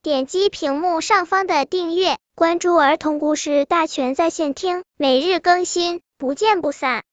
点击屏幕上方的订阅，关注儿童故事大全在线听，每日更新，不见不散。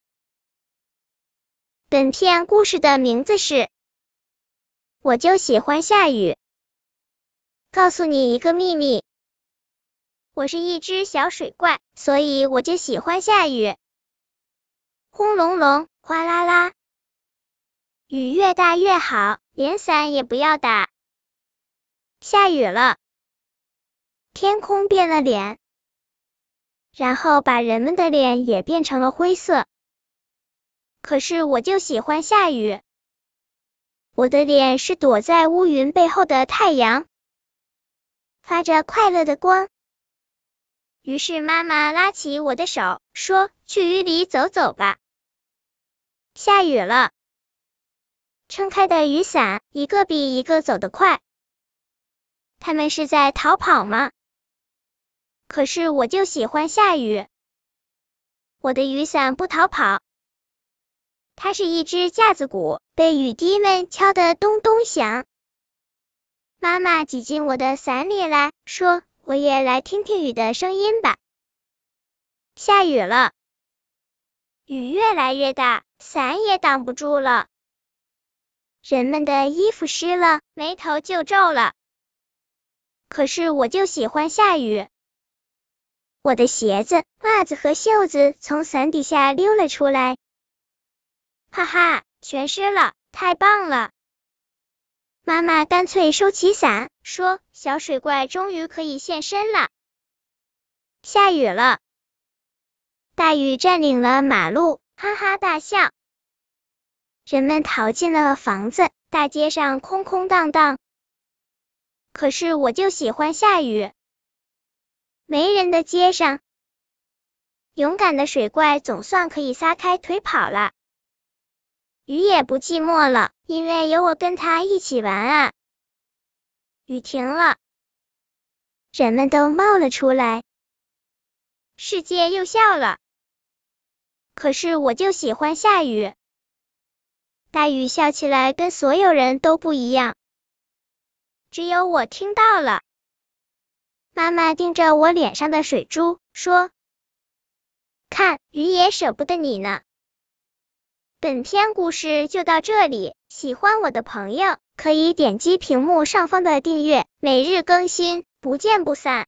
本片故事的名字是我就喜欢下雨。告诉你一个秘密，我是一只小水怪，所以我就喜欢下雨。轰隆隆，哗啦啦，雨越大越好，连伞也不要打。下雨了，天空变了脸，然后把人们的脸也变成了灰色。可是我就喜欢下雨，我的脸是躲在乌云背后的太阳，发着快乐的光。于是妈妈拉起我的手，说：“去雨里走走吧。”下雨了，撑开的雨伞一个比一个走得快。他们是在逃跑吗？可是我就喜欢下雨，我的雨伞不逃跑，它是一只架子鼓，被雨滴们敲得咚咚响。妈妈挤进我的伞里来，说：“我也来听听雨的声音吧。”下雨了，雨越来越大，伞也挡不住了。人们的衣服湿了，眉头就皱了。可是我就喜欢下雨，我的鞋子、袜子和袖子从伞底下溜了出来。哈哈，全湿了，太棒了！妈妈干脆收起伞，说：“小水怪终于可以现身了。”下雨了，大雨占领了马路，哈哈大笑。人们逃进了房子，大街上空空荡荡。可是我就喜欢下雨，没人的街上，勇敢的水怪总算可以撒开腿跑了。雨也不寂寞了，因为有我跟他一起玩啊。雨停了，人们都冒了出来，世界又笑了。可是我就喜欢下雨，大雨笑起来跟所有人都不一样，只有我听到了。妈妈盯着我脸上的水珠，说：“看，雨也舍不得你呢。”本篇故事就到这里，喜欢我的朋友可以点击屏幕上方的订阅，每日更新，不见不散。